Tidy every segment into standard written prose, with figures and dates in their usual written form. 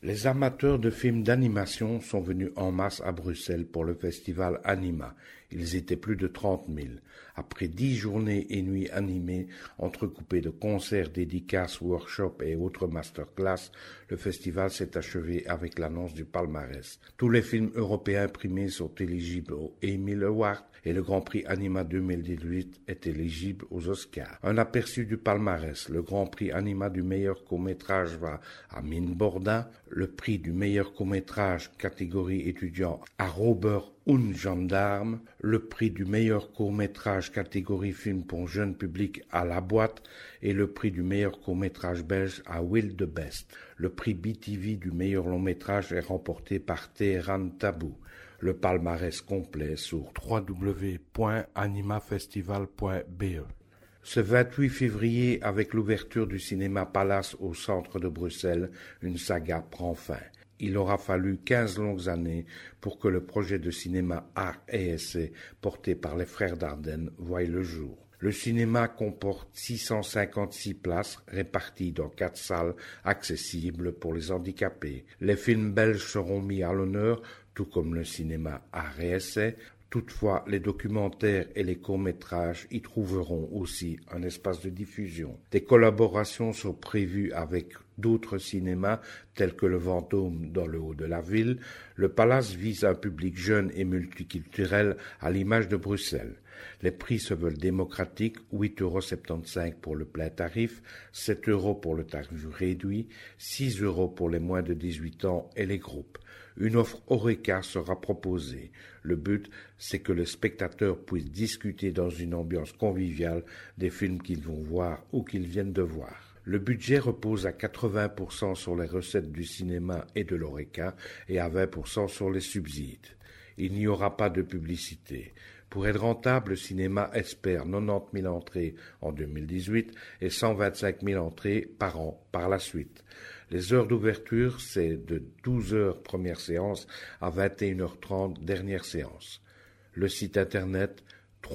Les amateurs de films d'animation sont venus en masse à Bruxelles pour le festival Anima. Ils étaient plus de 30 000. Après 10 journées et nuits animées, entrecoupées de concerts, dédicaces, workshops et autres masterclass, le festival s'est achevé avec l'annonce du palmarès. Tous les films européens primés sont éligibles aux Emmy Awards et le Grand Prix Anima 2018 est éligible aux Oscars. Un aperçu du palmarès. Le Grand Prix Anima du meilleur court-métrage va à Mine Bourdin. Le prix du meilleur court-métrage catégorie étudiant à Robert Un Gendarme, le prix du meilleur court-métrage catégorie film pour jeune public à La Boîte et le prix du meilleur court-métrage belge à Will the Best. Le prix BTV du meilleur long-métrage est remporté par Téhéran Tabou. Le palmarès complet sur www.animafestival.be. Ce 28 février, avec l'ouverture du cinéma Palace au centre de Bruxelles, une saga prend fin. Il aura fallu 15 longues années pour que le projet de cinéma Art et Essai porté par les frères Dardenne voie le jour. Le cinéma comporte 656 places réparties dans 4 salles accessibles pour les handicapés. Les films belges seront mis à l'honneur, tout comme le cinéma Art et Essai. Toutefois, les documentaires et les courts-métrages y trouveront aussi un espace de diffusion. Des collaborations sont prévues avec d'autres cinémas tels que le Vendôme dans le haut de la ville. Le Palace vise un public jeune et multiculturel à l'image de Bruxelles. Les prix se veulent démocratiques, 8,75 € pour le plein tarif, 7 € pour le tarif réduit, 6 € pour les moins de 18 ans et les groupes. Une offre Horeca sera proposée. Le but, c'est que le spectateur puisse discuter dans une ambiance conviviale des films qu'ils vont voir ou qu'ils viennent de voir. Le budget repose à 80% sur les recettes du cinéma et de l'Horeca et à 20% sur les subsides. Il n'y aura pas de publicité. Pour être rentable, le cinéma espère 90 000 entrées en 2018 et 125 000 entrées par an par la suite. Les heures d'ouverture, c'est de 12 h première séance à 21h30 dernière séance. Le site internet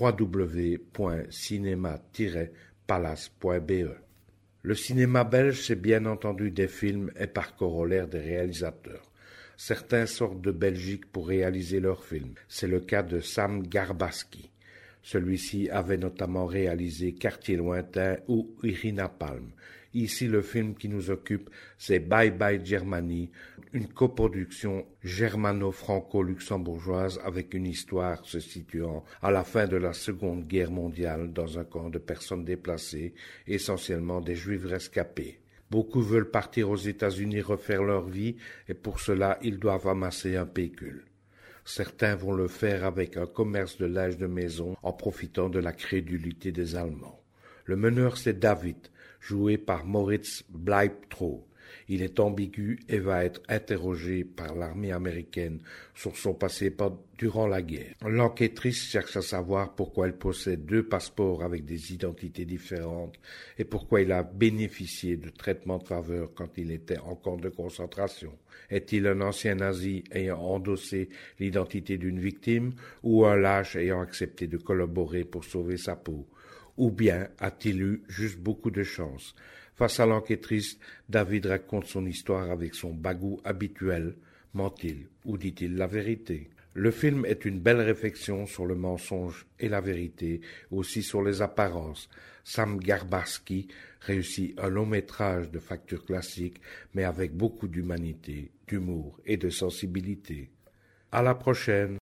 www.cinema-palace.be. Le cinéma belge, c'est bien entendu des films et par corollaire des réalisateurs. Certains sortent de Belgique pour réaliser leurs films. C'est le cas de Sam Garbaski. Celui-ci avait notamment réalisé Quartier lointain ou Irina Palm. Ici, le film qui nous occupe, c'est Bye Bye Germany, une coproduction germano-franco-luxembourgeoise avec une histoire se situant à la fin de la Seconde Guerre mondiale dans un camp de personnes déplacées, essentiellement des Juifs rescapés. Beaucoup veulent partir aux États-Unis refaire leur vie et pour cela, ils doivent amasser un pécule. Certains vont le faire avec un commerce de linge de maison en profitant de la crédulité des Allemands. Le meneur, c'est David, joué par Moritz Bleibtreu. Il est ambigu et va être interrogé par l'armée américaine sur son passé durant la guerre. L'enquêtrice cherche à savoir pourquoi elle possède 2 passeports avec des identités différentes et pourquoi il a bénéficié de traitements de faveur quand il était en camp de concentration. Est-il un ancien nazi ayant endossé l'identité d'une victime ou un lâche ayant accepté de collaborer pour sauver sa peau? Ou bien a-t-il eu juste beaucoup de chance? Face à l'enquêtrice, David raconte son histoire avec son bagou habituel. Ment-il ou dit-il la vérité? Le film est une belle réflexion sur le mensonge et la vérité, aussi sur les apparences. Sam Garbaski réussit un long métrage de facture classique, mais avec beaucoup d'humanité, d'humour et de sensibilité. À la prochaine!